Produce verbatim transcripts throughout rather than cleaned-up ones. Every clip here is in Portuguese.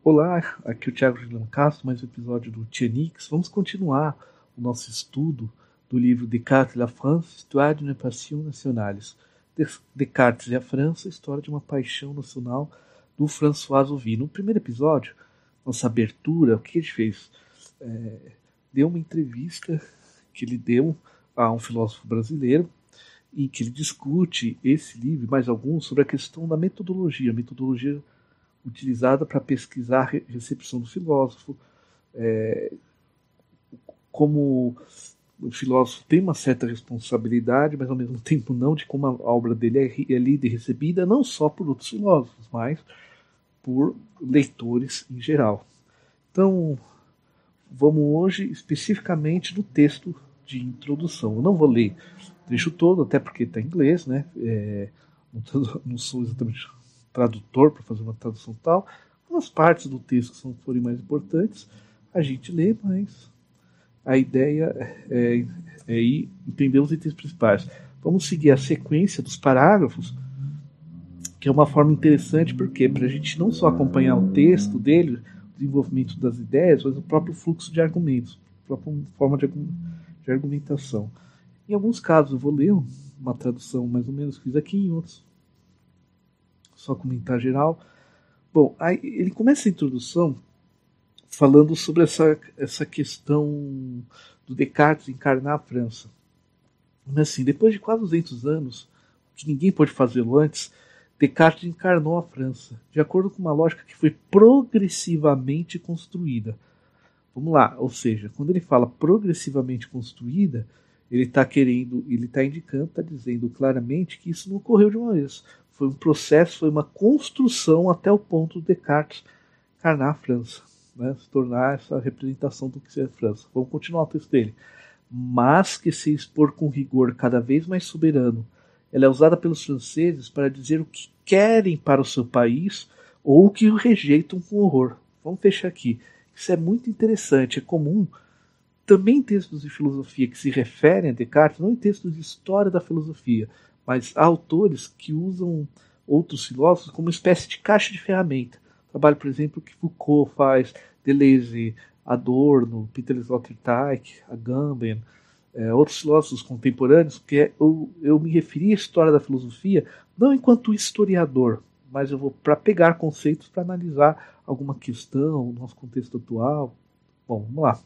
Olá, aqui é o Thiago Juliano Castro, mais um episódio do Tianix. Vamos continuar o nosso estudo do livro Descartes et la France, Histoire d'une passion nationalis. Descartes e a França, História de uma Paixão Nacional, do François Ouvy. No primeiro episódio, nossa abertura, o que a gente fez? É, deu uma entrevista que ele deu a um filósofo brasileiro, em que ele discute esse livro e mais alguns sobre a questão da metodologia, a metodologia utilizada para pesquisar a recepção do filósofo, é, como o filósofo tem uma certa responsabilidade, mas ao mesmo tempo não, de como a obra dele é, é lida e recebida, não só por outros filósofos, mas por leitores em geral. Então, vamos hoje especificamente no texto de introdução. Eu não vou ler o trecho todo, até porque está em inglês, né? É, não, tô, não sou exatamente tradutor para fazer uma tradução tal. As partes do texto que são, forem mais importantes, a gente lê, mas a ideia é, é ir entender os itens principais. Vamos seguir a sequência dos parágrafos, que é uma forma interessante, porque para a gente não só acompanhar o texto dele, o desenvolvimento das ideias, mas o próprio fluxo de argumentos, a própria forma de, de argumentação. Em alguns casos eu vou ler uma tradução mais ou menos que fiz aqui, em outros só comentar geral. Bom, aí ele começa a introdução falando sobre essa, essa questão do Descartes encarnar a França. Mas assim, depois de quase duzentos anos, que ninguém pôde fazê-lo antes, Descartes encarnou a França, de acordo com uma lógica que foi progressivamente construída. Vamos lá, ou seja, quando ele fala progressivamente construída, ele está querendo, ele está indicando, está dizendo claramente que isso não ocorreu de uma vez. Foi um processo, foi uma construção até o ponto de Descartes encarnar a França, né? Se tornar essa representação do que é a França. Vamos continuar o texto dele. Mas que se expor com rigor cada vez mais soberano, ela é usada pelos franceses para dizer o que querem para o seu país ou o que o rejeitam com horror. Vamos fechar aqui. Isso é muito interessante, é comum também em textos de filosofia que se referem a Descartes, não em textos de história da filosofia, mas há autores que usam outros filósofos como uma espécie de caixa de ferramenta. Trabalho, por exemplo, que Foucault faz, Deleuze, Adorno, Peter Sloterdijk, Agamben, é, outros filósofos contemporâneos, que é, eu, eu me referi à história da filosofia não enquanto historiador, mas eu vou para pegar conceitos para analisar alguma questão no nosso contexto atual. Bom, vamos lá.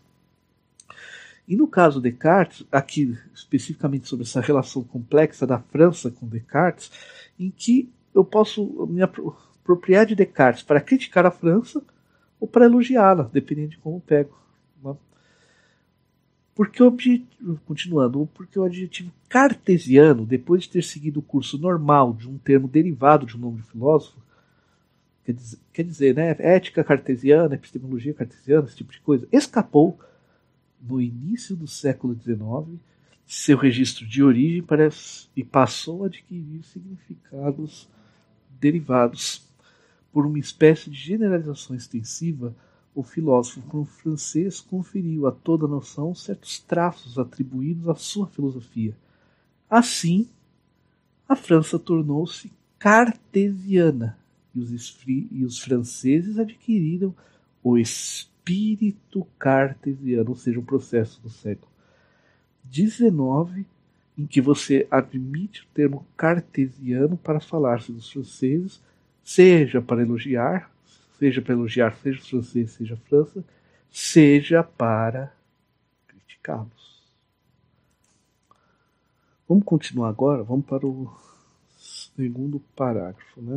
E no caso de Descartes, aqui especificamente sobre essa relação complexa da França com Descartes, em que eu posso me apropriar de Descartes para criticar a França ou para elogiá-la, dependendo de como eu pego. Né? Porque o objetivo, continuando, porque o adjetivo cartesiano, depois de ter seguido o curso normal de um termo derivado de um nome de filósofo, quer dizer, quer dizer né, ética cartesiana, epistemologia cartesiana, esse tipo de coisa, escapou no início do século dezenove, seu registro de origem parece, e passou a adquirir significados derivados. Por uma espécie de generalização extensiva, o filósofo francês conferiu a toda noção certos traços atribuídos à sua filosofia. Assim, a França tornou-se cartesiana e os, e os franceses adquiriram o espírito espírito cartesiano, ou seja, um processo do século dezenove em que você admite o termo cartesiano para falar-se dos franceses, seja para elogiar, seja para elogiar, seja os franceses, seja a França, seja para criticá-los. Vamos continuar agora, vamos para o segundo parágrafo, né?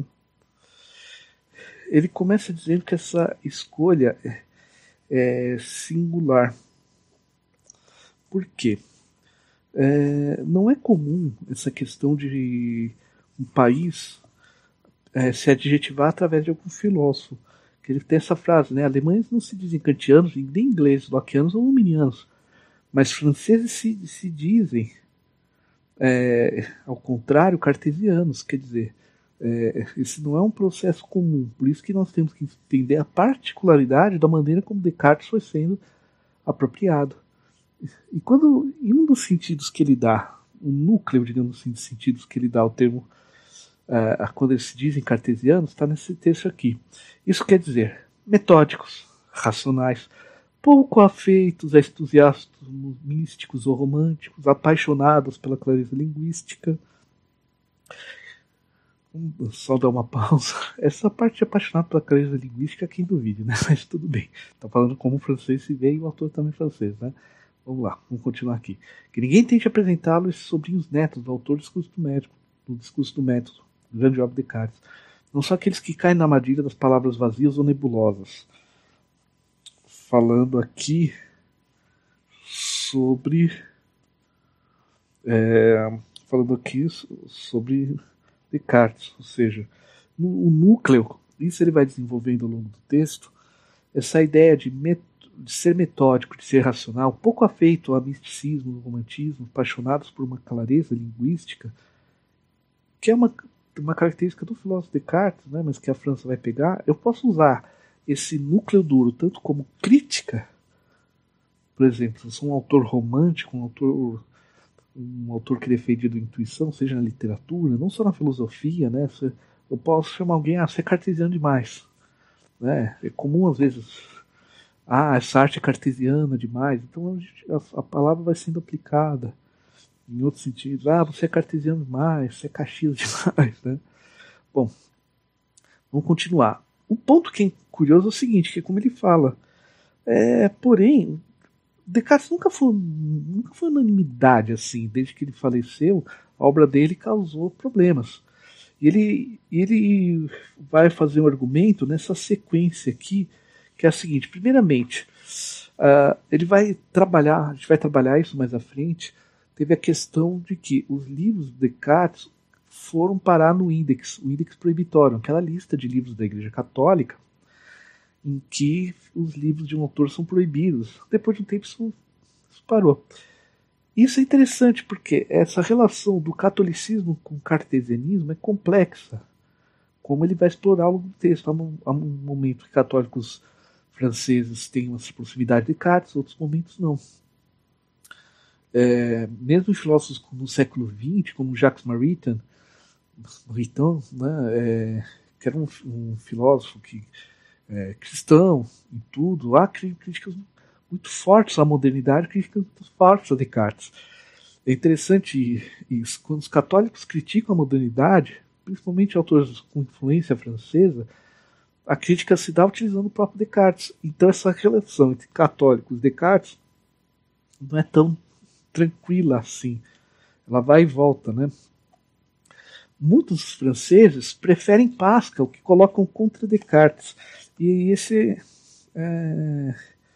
Ele começa dizendo que essa escolha é É singular. Por quê? É, não é comum essa questão de um país é, se adjetivar através de algum filósofo. Que ele tem essa frase, né? Alemães não se dizem kantianos, nem ingleses, lockeanos ou luminianos, mas franceses se, se dizem, é, ao contrário, cartesianos. Quer dizer, É, esse não é um processo comum, por isso que nós temos que entender a particularidade da maneira como Descartes foi sendo apropriado. E quando, em um dos sentidos que ele dá, um núcleo, digamos assim, de sentidos que ele dá ao termo, uh, quando eles se dizem cartesianos, está nesse texto aqui. Isso quer dizer, metódicos, racionais, pouco afeitos a entusiastas místicos ou românticos, apaixonados pela clareza linguística. Só dar uma pausa. Essa parte de apaixonado pela clareza linguística, quem duvide, né? Mas tudo bem. Tá falando como o francês se vê e o autor também francês, né? Vamos lá, vamos continuar aqui. Que ninguém tente apresentá-lo esses sobrinhos netos do autor do discurso do método, do discurso do método, do grande obra de Descartes. Não são aqueles que caem na armadilha das palavras vazias ou nebulosas. Falando aqui sobre é, falando aqui sobre Descartes, ou seja, o núcleo, isso ele vai desenvolvendo ao longo do texto, essa ideia de, met, de ser metódico, de ser racional, pouco afeito ao misticismo, ao romantismo, apaixonados por uma clareza linguística, que é uma, uma característica do filósofo Descartes, né, mas que a França vai pegar. Eu posso usar esse núcleo duro tanto como crítica, por exemplo, se eu sou um autor romântico, um autor um autor que defende a intuição, seja na literatura, não só na filosofia, né? Eu posso chamar alguém, ah, você é cartesiano demais. Né? É comum às vezes, ah, essa arte é cartesiana demais. Então a, gente, a, a palavra vai sendo aplicada em outros sentidos. Ah, você é cartesiano demais, você é Caxias demais. Né? Bom, vamos continuar. O ponto que é curioso é o seguinte, que é como ele fala, é, porém, Descartes nunca foi, nunca foi unanimidade assim, desde que ele faleceu, a obra dele causou problemas. E ele, ele vai fazer um argumento nessa sequência aqui, que é a seguinte: primeiramente, uh, ele vai trabalhar, a gente vai trabalhar isso mais à frente, teve a questão de que os livros de Descartes foram parar no índex, o índex proibitório, aquela lista de livros da Igreja Católica, em que os livros de um autor são proibidos. Depois de um tempo isso, isso parou. Isso é interessante porque essa relação do catolicismo com o cartesianismo é complexa, como ele vai explorar ao longo do texto. Há um, há um momento que católicos franceses têm uma proximidade de Descartes, outros momentos não. É, mesmo os filósofos no século vinte, como Jacques Maritain, Maritain né, é, que era um, um filósofo que É, cristão e tudo, há críticas muito fortes à modernidade, críticas muito fortes a Descartes. É interessante isso, quando os católicos criticam a modernidade, principalmente autores com influência francesa, a crítica se dá utilizando o próprio Descartes. Então essa relação entre católicos e Descartes não é tão tranquila assim. Ela vai e volta, né? Muitos franceses preferem Pascal, que colocam contra Descartes. E esse é,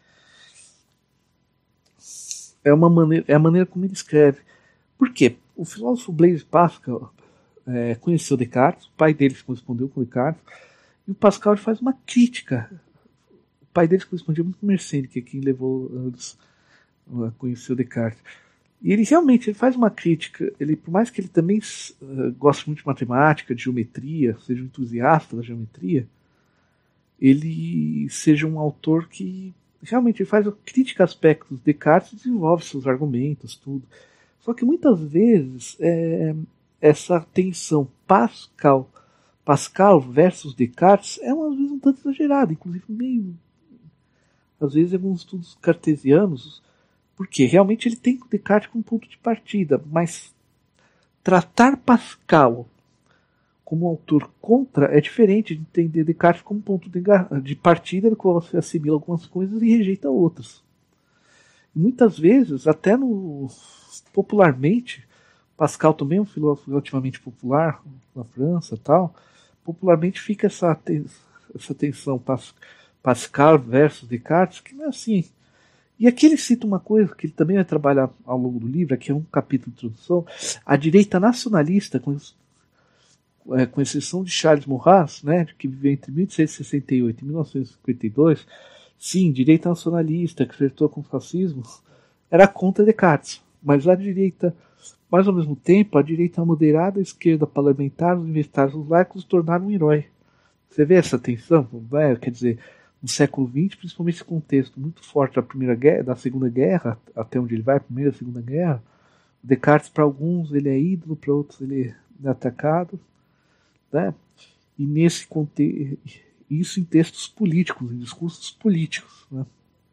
é, uma maneira, é a maneira como ele escreve. Por quê? O filósofo Blaise Pascal é, conheceu Descartes, o pai dele correspondeu com Descartes, e o Pascal faz uma crítica. O pai dele correspondia muito com Mersenne, que é quem levou anos a conhecer o Descartes. E ele realmente ele faz uma crítica, ele, por mais que ele também uh, goste muito de matemática, de geometria, seja um entusiasta da geometria, ele seja um autor que realmente faz crítica a aspectos de Descartes e desenvolve seus argumentos, tudo. Só que muitas vezes é, essa tensão Pascal, Pascal versus Descartes é uma vez um tanto exagerada, inclusive meio, às vezes, em alguns estudos cartesianos, porque realmente ele tem Descartes como ponto de partida, mas tratar Pascal como autor contra é diferente de entender Descartes como ponto de, de partida no qual você assimila algumas coisas e rejeita outras. E muitas vezes, até no popularmente, Pascal também é um filósofo relativamente popular na França, tal. Popularmente fica essa essa tensão Pas, Pascal versus Descartes, que não é assim. E aqui ele cita uma coisa que ele também vai trabalhar ao longo do livro, que é um capítulo de introdução, a direita nacionalista, com, é, com exceção de Charles Maurras, né, que viveu entre mil oitocentos e sessenta e oito e mil novecentos e cinquenta e dois, sim, direita nacionalista, que flertou com o fascismo, era contra Descartes. Mas a direita, mas ao mesmo tempo, a direita moderada, a esquerda parlamentar, os universitários, os laicos, tornaram um herói. Você vê essa tensão? Né? Quer dizer, no século vinte, principalmente esse contexto muito forte da primeira guerra, da Segunda Guerra, até onde ele vai, Primeira e Segunda Guerra, Descartes para alguns ele é ídolo, para outros ele é atacado, né? E nesse contexto, isso em textos políticos, em discursos políticos. Né?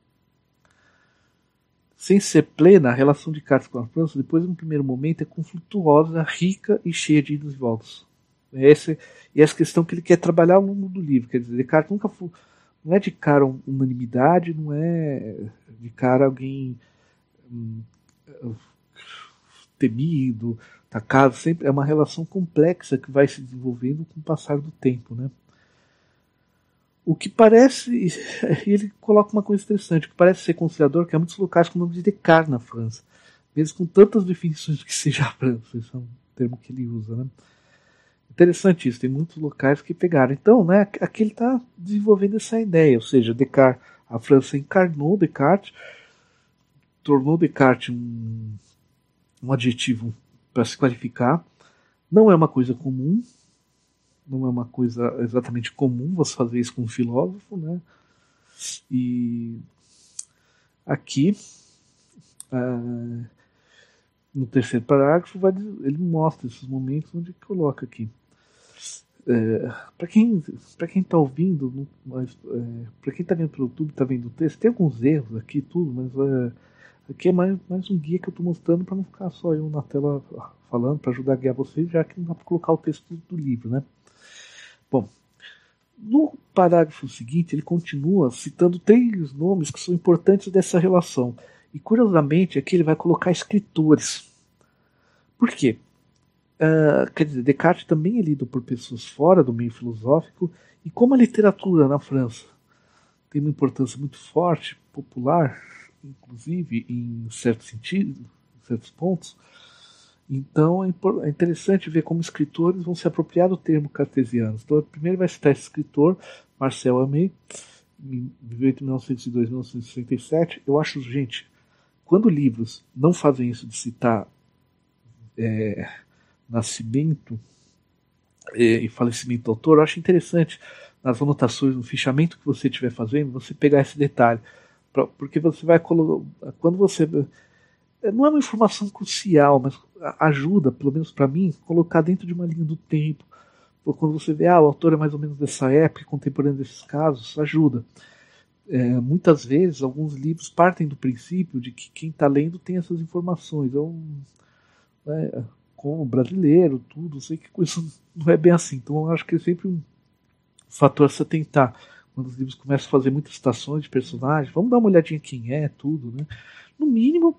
Sem ser plena, a relação de Descartes com a França, depois de um primeiro momento, é conflituosa, rica e cheia de idas e voltas. Essa, e essa questão que ele quer trabalhar ao longo do livro. Quer dizer, Descartes nunca foi, não é de cara unanimidade, não é de cara alguém hum, temido, atacado. Sempre é uma relação complexa que vai se desenvolvendo com o passar do tempo. Né? O que parece, ele coloca uma coisa interessante, o que parece ser conciliador, que há muitos locais com o nome de Descartes na França, mesmo com tantas definições do que seja a França, esse é um termo que ele usa, né? Interessante isso, tem muitos locais que pegaram. Então, né, aqui ele está desenvolvendo essa ideia, ou seja, Descartes, a França encarnou Descartes, tornou Descartes um, um adjetivo para se qualificar, não é uma coisa comum, não é uma coisa exatamente comum você fazer isso com um filósofo, né? E aqui, ah, no terceiro parágrafo, vai, ele mostra esses momentos onde ele coloca aqui. É, para quem para quem está ouvindo, mas é, para quem está vendo pelo YouTube, está vendo o texto, tem alguns erros aqui, tudo, mas é, aqui é mais, mais um guia que eu estou mostrando para não ficar só eu na tela falando, para ajudar a guiar vocês, já que não dá para colocar o texto do livro, né? Bom, no parágrafo seguinte, ele continua citando três nomes que são importantes dessa relação. E, curiosamente, aqui ele vai colocar escritores. Por quê? Uh, quer dizer, Descartes também é lido por pessoas fora do meio filosófico, e como a literatura na França tem uma importância muito forte, popular, inclusive em certo sentido, em certos pontos, então é interessante ver como escritores vão se apropriar do termo cartesiano. Então, primeiro vai citar esse escritor, Marcel Aimé, viveu entre mil novecentos e dois e mil novecentos e sessenta e sete. Eu acho, gente, quando livros não fazem isso de citar é, nascimento é, e falecimento do autor, eu acho interessante nas anotações, no fichamento que você estiver fazendo, você pegar esse detalhe, pra, porque você vai colocar, quando você não é uma informação crucial, mas ajuda, pelo menos para mim, colocar dentro de uma linha do tempo. Quando você vê, ah, o autor é mais ou menos dessa época, contemporâneo desses casos, ajuda. É, muitas vezes, alguns livros partem do princípio de que quem está lendo tem essas informações. Eu, né, como brasileiro, tudo, sei que coisa não é bem assim. Então, eu acho que é sempre um fator a se atentar. Quando os livros começam a fazer muitas citações de personagens, vamos dar uma olhadinha quem é, tudo, né? No mínimo,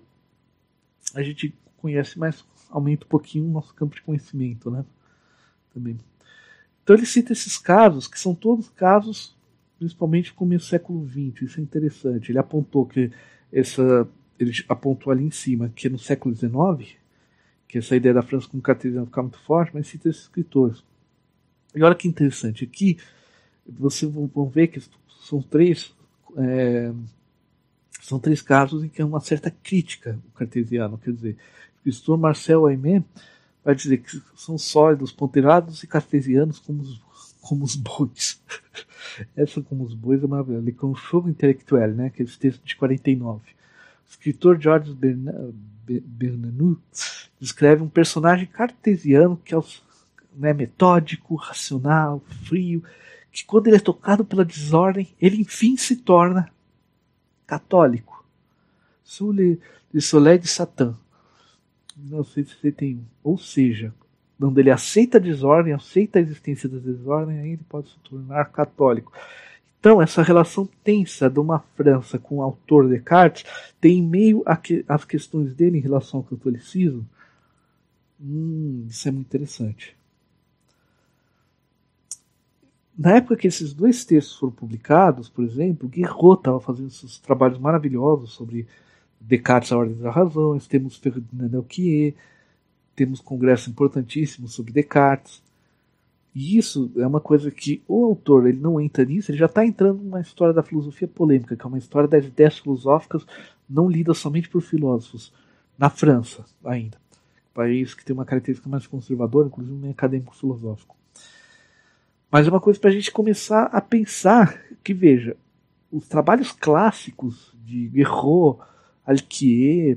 a gente conhece mais, aumenta um pouquinho o nosso campo de conhecimento, né? Também. Então ele cita esses casos, que são todos casos, principalmente no começo do século vinte, isso é interessante. Ele apontou que essa, ele apontou ali em cima, que no século dezenove, que essa ideia da França como cartesiano ficar muito forte, mas cita esses escritores. E olha que interessante, aqui vocês vão ver que são três... É, São três casos em que há uma certa crítica ao cartesiano. Quer dizer, o escritor Marcel Aimé vai dizer que são sólidos, ponderados e cartesianos como os, como os bois. Essa como os bois é uma Le Conchour Intellectuel, né? Aquele texto de quarenta e nove. O escritor Georges Bernanou descreve um personagem cartesiano que é, né, metódico, racional, frio, que quando ele é tocado pela desordem, ele enfim se torna católico. Sous le, le Soleil de Satan, mil novecentos e sessenta e um. Ou seja, quando ele aceita a desordem, aceita a existência da desordem, aí ele pode se tornar católico. Então, essa relação tensa de uma França com o autor Descartes tem em meio às questões dele em relação ao catolicismo. Hum, isso é muito interessante. Na época que esses dois textos foram publicados, por exemplo, Guirot estava fazendo esses trabalhos maravilhosos sobre Descartes, a Ordem da Razão, temos Ferdinand Delquier, temos congressos importantíssimos sobre Descartes. E isso é uma coisa que o autor ele não entra nisso, ele já está entrando numa história da filosofia polêmica, que é uma história das ideias filosóficas não lidas somente por filósofos, na França ainda. Um país que tem uma característica mais conservadora, inclusive um acadêmico filosófico. Mas é uma coisa para a gente começar a pensar que, veja, os trabalhos clássicos de Guirot, Alquier,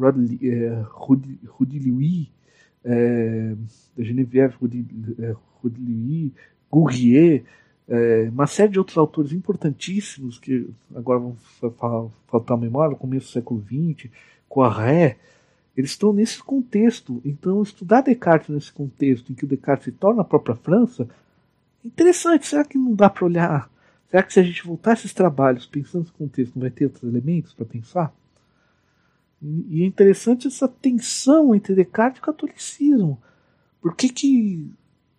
Rudy-Louis, é, Geneviève Rudy-Louis, Gourrier, É, uma série de outros autores importantíssimos, que agora vão faltar a memória, no começo do século vinte, Poiret, eles estão nesse contexto. Então, estudar Descartes nesse contexto, em que o Descartes se torna a própria França, é interessante. Será que não dá para olhar? Será que se a gente voltar a esses trabalhos, pensando nesse contexto, não vai ter outros elementos para pensar? E é interessante essa tensão entre Descartes e o catolicismo. Por que que...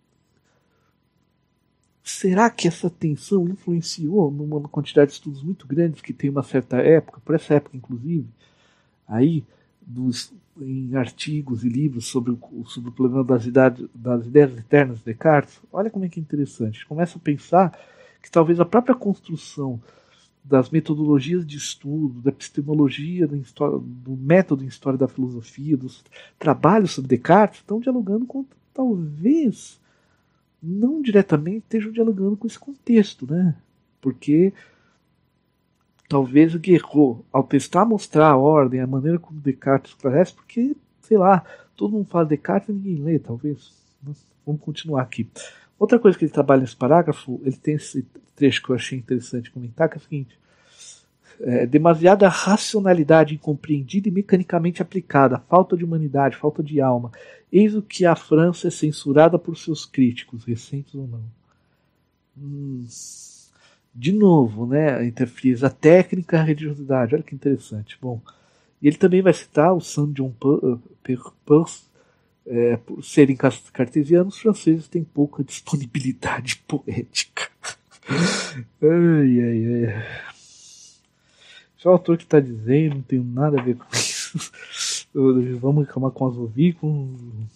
Será que essa tensão influenciou numa quantidade de estudos muito grandes que tem uma certa época, por essa época inclusive, aí, dos, em artigos e livros sobre o, sobre o problema das, idades, das ideias eternas de Descartes? Olha como é que é interessante. Começa a pensar que talvez a própria construção das metodologias de estudo, da epistemologia, da história, do método em história da filosofia, dos trabalhos sobre Descartes, estão dialogando com, talvez, não diretamente estejam dialogando com esse contexto, né? Porque talvez o Guerreau, ao testar mostrar a ordem, a maneira como Descartes esclarece, porque, sei lá, todo mundo fala Descartes e ninguém lê, talvez. Vamos continuar aqui. Outra coisa que ele trabalha nesse parágrafo, ele tem esse trecho que eu achei interessante comentar, que é o seguinte: é, demasiada racionalidade incompreendida e mecanicamente aplicada, falta de humanidade, falta de alma. Eis o que a França é censurada por seus críticos, recentes ou não. Hum, de novo, né, interfrisa a técnica e a religiosidade. Olha que interessante. Bom, e ele também vai citar o Saint John Peirce. É, por serem cartesianos, os franceses têm pouca disponibilidade poética. Ai, ai, ai. Só o autor que está dizendo, não tem nada a ver com isso. Vamos reclamar com as ouvi, com.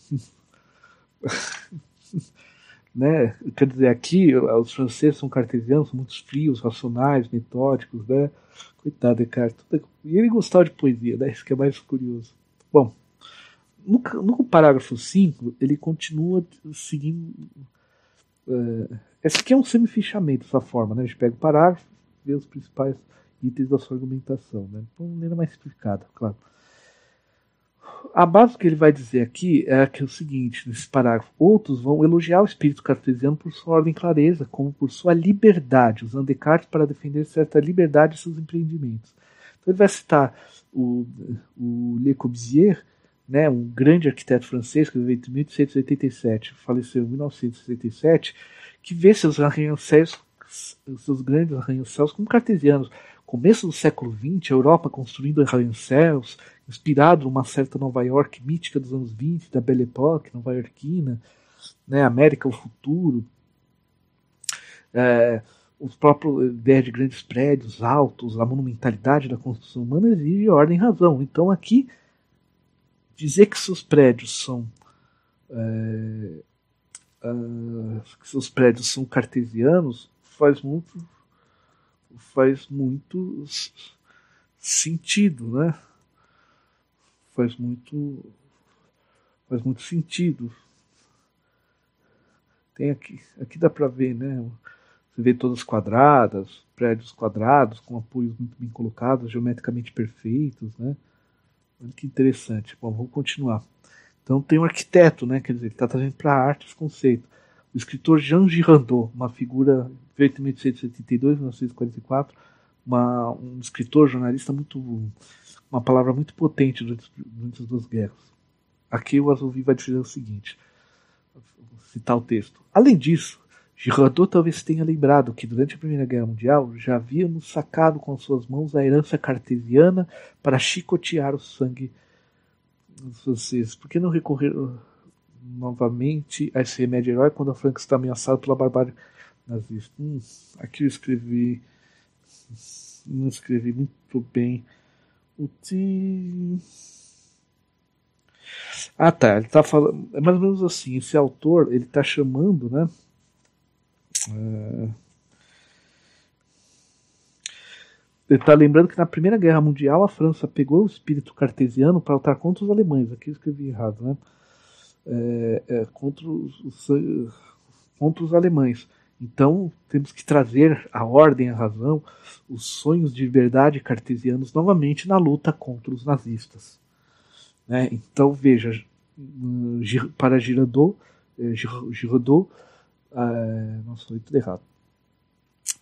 Né? Quer dizer, aqui os franceses são cartesianos, são muito frios, racionais, metódicos, né? Coitado, Descartes. E ele gostava de poesia, né? Isso que é mais curioso. Bom, no, no parágrafo cinco, ele continua seguindo. Uh, esse aqui é um semifichamento dessa forma, né? A gente pega o parágrafo, vê os principais itens da sua argumentação, né? De uma maneira mais simplificada, claro. A base que ele vai dizer aqui é que é o seguinte, nesse parágrafo: outros vão elogiar o espírito cartesiano por sua ordem e clareza, como por sua liberdade, usando Descartes para defender certa liberdade de seus empreendimentos. Então ele vai citar o, o Le Corbusier, né, um grande arquiteto francês que viveu entre mil oitocentos e oitenta e sete, faleceu em mil novecentos e sessenta e sete, que vê seus arranha-céus, seus grandes arranha-céus como cartesianos. Começo do século vinte, a Europa construindo arranha-céus, inspirado numa certa Nova York mítica dos anos vinte, da Belle Époque, nova-iorquina, né, América, o futuro, é, os próprios ideias de grandes prédios altos, a monumentalidade da construção humana exige ordem e razão. Então aqui, dizer que seus prédios são é, uh, que seus prédios são cartesianos faz muito faz muito sentido, né? Faz muito faz muito sentido. Tem aqui, aqui dá para ver, né? Você vê todas quadradas, prédios quadrados com apoios muito bem colocados, geometricamente perfeitos, né? Olha que interessante. Bom, vamos continuar. Então tem um arquiteto, né? Quer dizer, ele está trazendo para a arte esse conceito. O escritor Jean Girardot, uma figura feita em mil oitocentos e setenta e dois, mil novecentos e quarenta e quatro, uma, um escritor, jornalista muito, uma palavra muito potente durante, durante as duas guerras. Aqui o Azouvi vai dizer o seguinte, vou citar o texto. Além disso, Girardot talvez tenha lembrado que durante a Primeira Guerra Mundial já havíamos sacado com as suas mãos a herança cartesiana para chicotear o sangue dos franceses. Por que não recorrer novamente a esse remédio heróico quando a França está ameaçada pela barbárie nazista? Hum, aqui eu escrevi não escrevi muito bem o ti... Ah tá, ele tá falando, é mais ou menos assim, esse autor, ele tá chamando, né, é... ele está lembrando que na Primeira Guerra Mundial a França pegou o espírito cartesiano para lutar contra os alemães. Aqui eu escrevi errado, né? É, é, contra, os, contra os alemães. Então temos que trazer a ordem, a razão, os sonhos de liberdade cartesianos novamente na luta contra os nazistas. Né? Então veja, para Girardot, Girardot, é, nossa, falei tudo errado.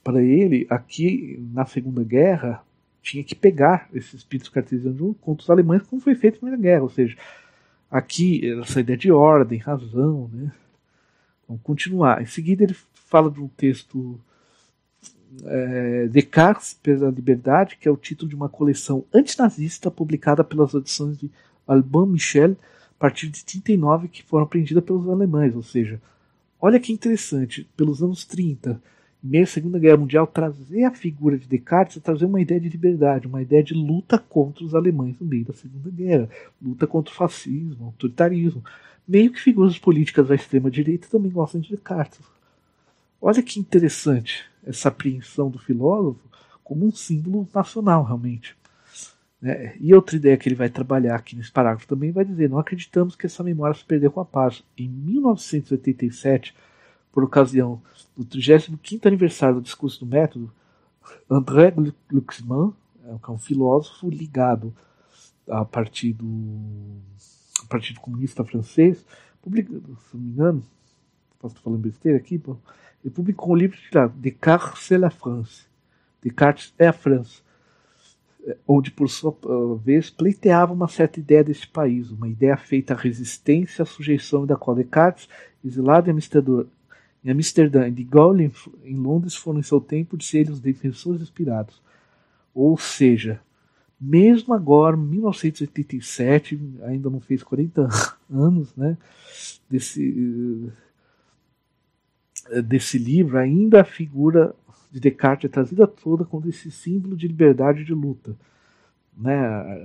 para ele, aqui na Segunda Guerra, tinha que pegar esses espíritos cartesianos contra os alemães, como foi feito na Primeira Guerra. Ou seja, aqui, essa ideia de ordem, razão, né? Vamos continuar. Em seguida, ele fala de um texto, é, Descartes pela Liberdade, que é o título de uma coleção antinazista publicada pelas edições de Albin Michel, a partir de trinta e nove, que foram apreendidas pelos alemães. Ou seja, olha que interessante, pelos anos trinta, em meio à Segunda Guerra Mundial, trazer a figura de Descartes é trazer uma ideia de liberdade, uma ideia de luta contra os alemães no meio da Segunda Guerra, luta contra o fascismo, o autoritarismo. Meio que figuras políticas da extrema-direita também gostam de Descartes. Olha que interessante essa apreensão do filósofo como um símbolo nacional, realmente. Né? E outra ideia que ele vai trabalhar aqui nesse parágrafo também vai dizer: não acreditamos que essa memória se perdeu com a paz. Em mil novecentos e oitenta e sete, por ocasião do trigésimo quinto aniversário do discurso do método, André Glucksmann, que é um filósofo ligado ao Partido, ao Partido Comunista Francês, publicou, se não me engano, posso estar falando besteira aqui, pô, ele publicou um livro chamado Descartes c'est la France, Descartes é a França, onde, por sua vez, pleiteava uma certa ideia deste país, uma ideia feita à resistência à sujeição, da qual Descartes, exilado em Amsterdã, em Amsterdã e de Gaulle, em Londres, foram em seu tempo de serem os defensores inspirados. Ou seja, mesmo agora, em mil novecentos e oitenta e sete, ainda não fez quarenta anos, né, desse, desse livro, ainda a figura de Descartes é trazida toda como esse símbolo de liberdade e de luta. Né?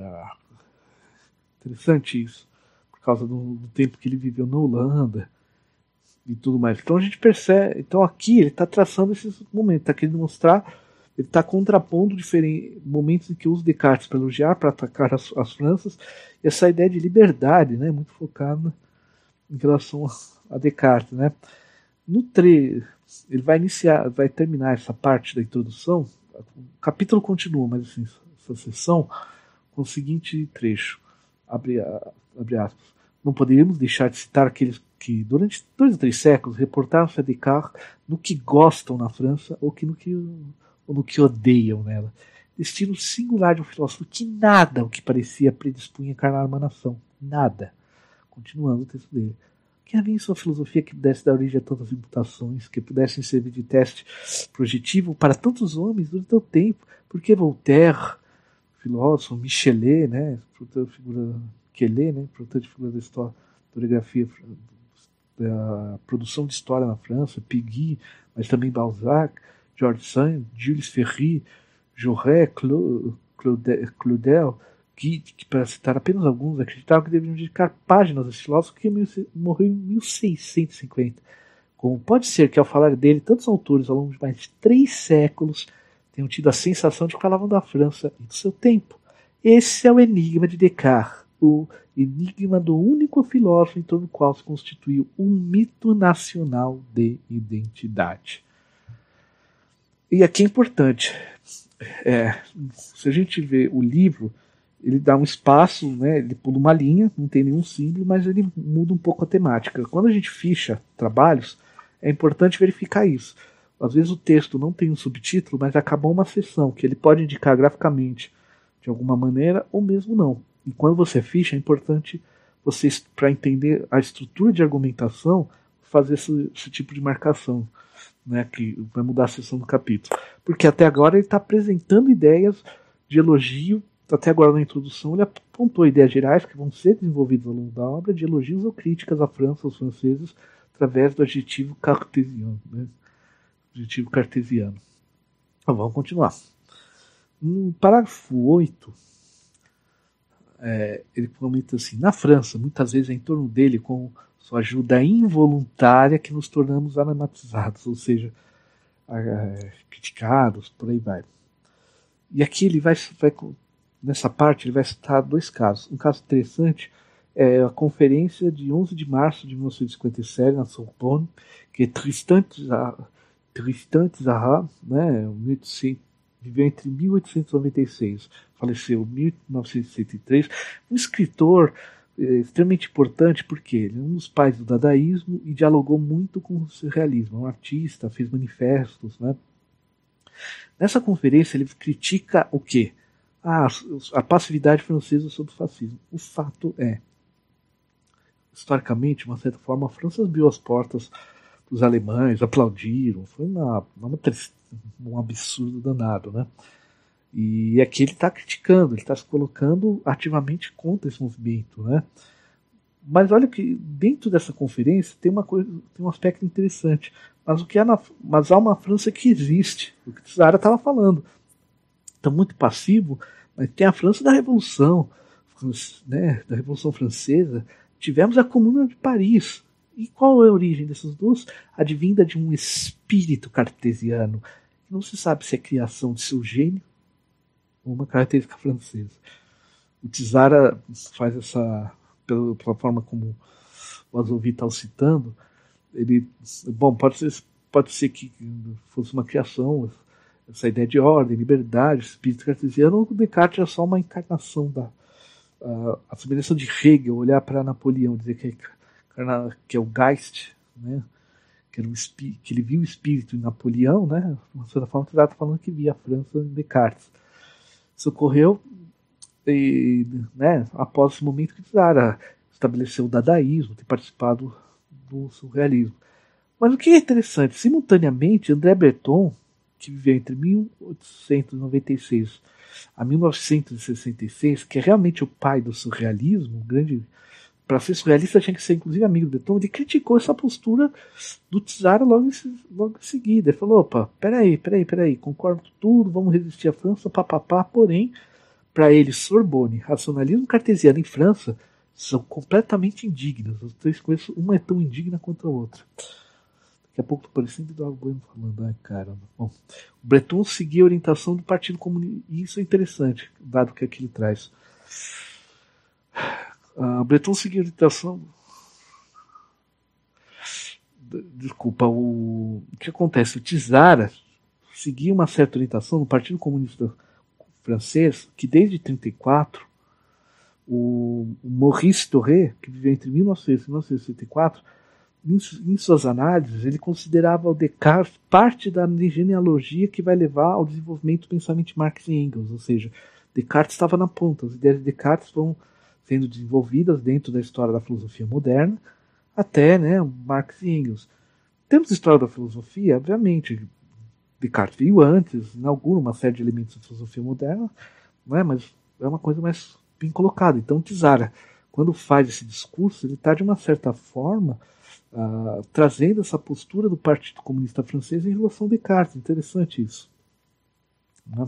Interessante isso, por causa do, do tempo que ele viveu na Holanda e tudo mais. Então a gente percebe, então aqui ele está traçando esses momentos, está querendo mostrar, ele está contrapondo diferentes momentos em que usa Descartes para elogiar, para atacar as, as Franças, e essa ideia de liberdade, né, muito focada em relação a, a Descartes, né. No três, ele vai iniciar, vai terminar essa parte da introdução, o capítulo continua, mas assim, essa sessão, com o seguinte trecho, abre, abre aspas: não poderíamos deixar de citar aqueles que, durante dois ou três séculos, reportaram-se a Descartes no que gostam na França ou, que no, que, ou no que odeiam nela. Destino singular de um filósofo que nada o que parecia predispunha a encarnar uma nação. Nada. Continuando o texto dele. Que havia em sua filosofia que pudesse dar origem a tantas imputações, que pudessem servir de teste projetivo para tantos homens durante tanto tempo, porque Voltaire, filósofo, Michelet, né, figura Quelet, né, importante figura da história, historiografia, da produção de história na França, Peggy, mas também Balzac, George Sand, Jules Ferry, Jaurès, Claudel, que, que, para citar apenas alguns, acreditavam que deveriam dedicar páginas a esse filósofo que morreu em mil seiscentos e cinquenta. Como pode ser que, ao falar dele, tantos autores ao longo de mais de três séculos tenham tido a sensação de que falavam da França e do seu tempo? Esse é o enigma de Descartes, o enigma do único filósofo em torno do qual se constituiu um mito nacional de identidade. E aqui é importante, é, se a gente vê o livro, ele dá um espaço, né, ele pula uma linha, não tem nenhum símbolo, mas ele muda um pouco a temática. Quando a gente ficha trabalhos, é importante verificar isso. Às vezes o texto não tem um subtítulo, mas acabou uma seção, que ele pode indicar graficamente de alguma maneira, ou mesmo não. E quando você ficha, é importante você, para entender a estrutura de argumentação, fazer esse, esse tipo de marcação, né, que vai mudar a seção do capítulo. Porque até agora ele está apresentando ideias de elogio. Até agora na introdução ele apontou ideias gerais que vão ser desenvolvidas ao longo da obra, de elogios ou críticas à França, aos franceses, através do adjetivo cartesiano. Né? Adjetivo cartesiano. Então, vamos continuar. No parágrafo oito, é, ele comenta assim: na França, muitas vezes é em torno dele, com sua ajuda involuntária, que nos tornamos anamatizados, ou seja, é, criticados, por aí vai. E aqui ele vai, vai nessa parte ele vai citar dois casos. Um caso interessante é a conferência de onze de março de mil novecentos e cinquenta e sete na Sorbonne, que Tristan Tzara, né, viveu entre mil oitocentos e noventa e seis, faleceu em mil novecentos e sessenta e três, um escritor é, extremamente importante, porque ele é um dos pais do dadaísmo e dialogou muito com o surrealismo, é um artista, fez manifestos, né, Nessa conferência ele critica o quê? Ah, a passividade francesa sobre o fascismo. O fato é, historicamente, de uma certa forma, a França abriu as portas para os alemães, aplaudiram, foi uma, uma, um absurdo danado, né? E aqui ele está criticando, ele está se colocando ativamente contra esse movimento, né? Mas olha que dentro dessa conferência tem uma coisa, tem um aspecto interessante. Mas o que há na, mas há uma França que existe, o que o Zara estava falando. Está muito passivo, mas tem a França da Revolução, né, da Revolução Francesa. Tivemos a Comuna de Paris. E qual é a origem dessas duas? Advinda de um espírito cartesiano. Não se sabe se é criação de seu gênio ou uma característica francesa. O Tzara faz essa, pela, pela forma como o Azovi está citando, ele, bom, pode ser, pode ser que fosse uma criação, essa ideia de ordem, liberdade, espírito cartesiano, o Descartes é só uma encarnação da a, a semelhança de Hegel, olhar para Napoleão, dizer que é, que é o Geist, né? Que, era um espí, que ele viu o espírito em Napoleão, né? De uma certa forma, ele está falando que via a França em Descartes. Isso ocorreu e, né, após esse momento que Tzara estabeleceu o dadaísmo, ter participado do surrealismo. Mas o que é interessante, simultaneamente, André Breton, que viveu entre mil oitocentos e noventa e seis a mil novecentos e sessenta e seis, que é realmente o pai do surrealismo, grande, para ser surrealista tinha que ser inclusive amigo do Breton, ele criticou essa postura do Tzara logo em, logo em seguida. Ele falou, opa, peraí, peraí, peraí, concordo com tudo, vamos resistir à França, papapá, porém, para ele, Sorbonne, racionalismo cartesiano em França são completamente indignas. As três coisas, uma é tão indigna quanto a outra. Daqui a pouco tô parecendo Eduardo Bueno falando, ai caramba. Bom, o Breton seguia a orientação do Partido Comunista, e isso é interessante, dado que aqui ele traz. Uh, Breton seguia a orientação. Desculpa, o, o que acontece? O Tzara seguia uma certa orientação no Partido Comunista Francês, que desde trinta e quatro, o, o Maurice Thoré, que viveu entre mil e novecentos e mil novecentos e sessenta e quatro, em, em suas análises, ele considerava o Descartes parte da genealogia que vai levar ao desenvolvimento do pensamento de Marx e Engels, ou seja, Descartes estava na ponta, as ideias de Descartes vão sendo desenvolvidas dentro da história da filosofia moderna, até, né, Marx e Engels. Em termos de história da filosofia, obviamente, Descartes veio antes, inaugura uma série de elementos da filosofia moderna, não é? Mas é uma coisa mais bem colocada. Então, Tzara, quando faz esse discurso, ele está, de uma certa forma, uh, trazendo essa postura do Partido Comunista Francês em relação a Descartes. Interessante isso. Né?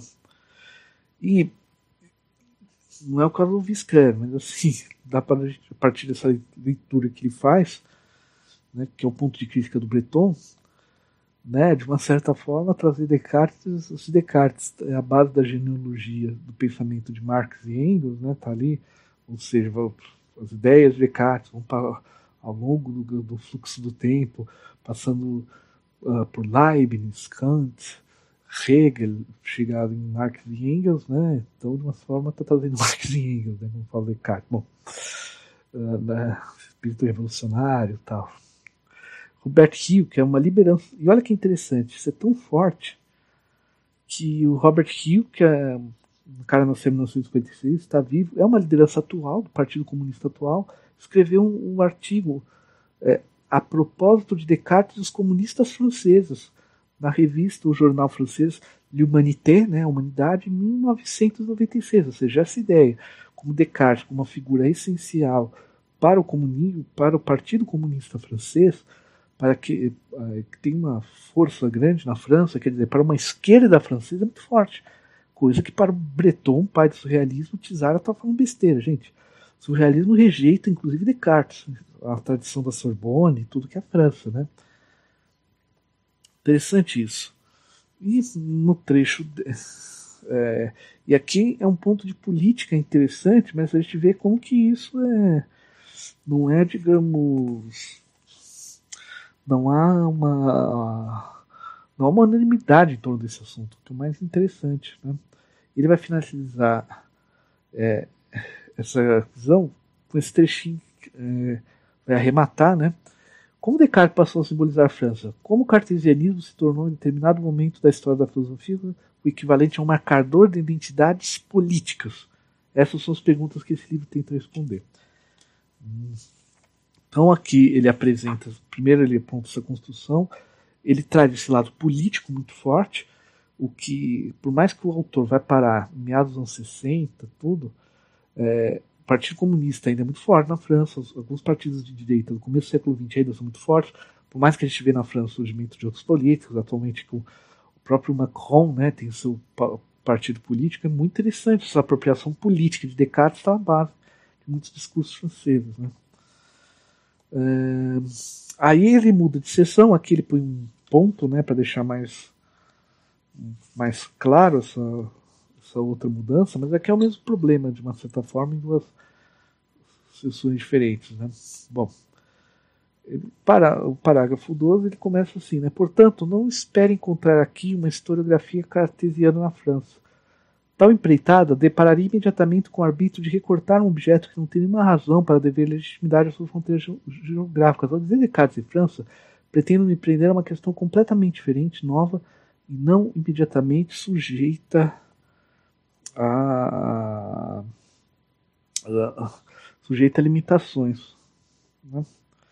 E não é o caso do Visquer, mas assim, dá para a partir dessa leitura que ele faz, né, que é o ponto de crítica do Breton, né, de uma certa forma trazer Descartes, se Descartes é a base da genealogia do pensamento de Marx e Engels, né, tá ali, ou seja, as ideias de Descartes vão para, ao longo do, do fluxo do tempo, passando uh, por Leibniz, Kant, Hegel, chegado em Marx e Engels, né, então de uma forma está trazendo Marx e Engels, né, como fala Descartes, bom, uh, né, espírito revolucionário e tal. Robert Hill, que é uma liderança. E olha que interessante, isso é tão forte que o Robert Hill, que é um cara nasceu em mil novecentos e cinquenta e seis, está vivo, é uma liderança atual, do Partido Comunista atual, escreveu um, um artigo é, a propósito de Descartes e os comunistas franceses, na revista, o jornal francês L'Humanité, né, a Humanidade, em mil novecentos e noventa e seis. Ou seja, essa ideia, como Descartes, como uma figura essencial para o comunismo, para o Partido Comunista Francês, para que, uh, que tem uma força grande na França, quer dizer, para uma esquerda francesa é muito forte. Coisa que para o Breton, pai do surrealismo, o Tzara está falando besteira, gente. O surrealismo rejeita, inclusive, Descartes, a tradição da Sorbonne, tudo que é a França, né? Interessante isso. E no trecho... É, e aqui é um ponto de política interessante, mas a gente vê como que isso é, não é, digamos... Não há uma não há uma unanimidade em torno desse assunto, que é o mais interessante, né? Ele vai finalizar é, essa visão com esse trechinho, é, vai arrematar, né, Como Descartes passou a simbolizar a França? Como o cartesianismo se tornou, em determinado momento da história da filosofia, o equivalente a um marcador de identidades políticas? Essas são as perguntas que esse livro tenta responder. Então aqui ele apresenta, primeiro ele aponta essa construção, ele traz esse lado político muito forte, o que, por mais que o autor vai parar em meados dos anos sessenta, tudo, é, o Partido Comunista ainda é muito forte na França, alguns partidos de direita do começo do século vinte ainda são muito fortes, por mais que a gente vê na França o surgimento de outros políticos, atualmente com o próprio Macron, né, tem o seu partido político, é muito interessante essa apropriação política de Descartes, está na base de muitos discursos franceses. Né. É, aí ele muda de seção, aqui ele põe um ponto, né, para deixar mais, mais claro essa, essa outra mudança, mas aqui é o mesmo problema, de uma certa forma, em duas seções diferentes. Né. Bom, ele, para, o parágrafo doze ele começa assim, né, portanto, não espere encontrar aqui uma historiografia cartesiana na França. Tal empreitada depararia imediatamente com o arbítrio de recortar um objeto que não tem nenhuma razão para dever legitimidade às suas fronteiras geográficas. Ao dizer Descartes e França, pretendo me prender a uma questão completamente diferente, nova, e não imediatamente sujeita a, a, a, sujeita a limitações. Né?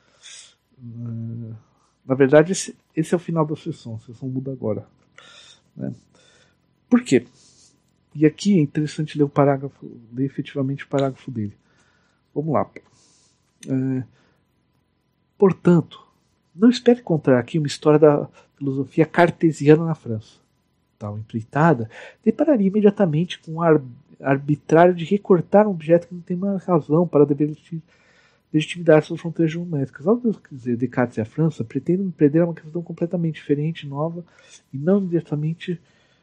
Na verdade, esse, esse é o final da sessão. A sessão muda agora. Né? Por quê? E aqui é interessante ler o parágrafo, ler efetivamente o parágrafo dele. Vamos lá. É, portanto, não espere encontrar aqui uma história da filosofia cartesiana na França. Tal empreitada depararia imediatamente com o ar, arbitrário de recortar um objeto que não tem uma razão para dever legitimidade suas fronteiras geométricas. Ao dizer Descartes e a França, pretendo me prender a uma questão completamente diferente, nova, e não imediatamente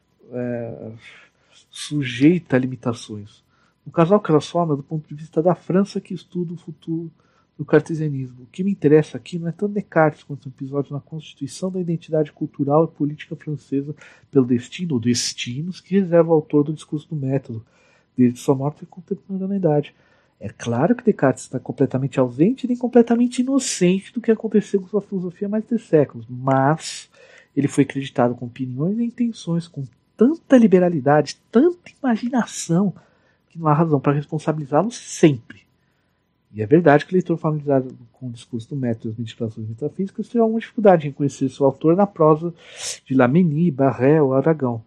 é, sujeita a limitações. No casal que elas formam, do ponto de vista da França, que estuda o futuro do cartesianismo. O que me interessa aqui não é tanto Descartes quanto um episódio na constituição da identidade cultural e política francesa pelo destino ou destinos que reserva o autor do discurso do método, desde sua morte e contemporaneidade. É claro que Descartes está completamente ausente nem completamente inocente do que aconteceu com sua filosofia há mais de séculos, mas ele foi acreditado com opiniões e intenções com tanta liberalidade, tanta imaginação, que não há razão para responsabilizá-lo sempre. E é verdade que o leitor familiarizado com o discurso do método e as meditações metafísicas terá uma dificuldade em conhecer seu autor na prosa de Lamennais, Barré ou Aragon.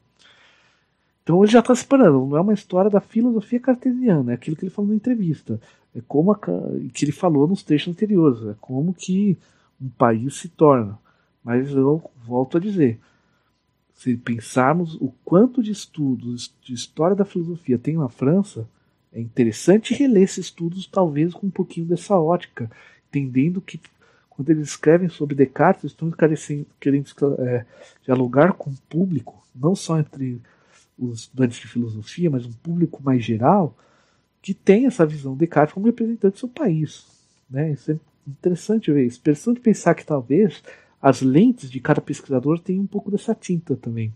Então ele já está separando, não é uma história da filosofia cartesiana, é aquilo que ele falou na entrevista, é como a, que ele falou nos textos anteriores, é como que um país se torna. Mas eu volto a dizer, se pensarmos o quanto de estudos de história da filosofia tem na França, é interessante reler esses estudos, talvez com um pouquinho dessa ótica, entendendo que quando eles escrevem sobre Descartes, estão querendo é, dialogar com o público, não só entre os estudantes de filosofia, mas um público mais geral, que tem essa visão de Descartes como representante do seu país. Né? Isso é interessante ver isso. Interessante pensar que talvez as lentes de cada pesquisador tenham um pouco dessa tinta também.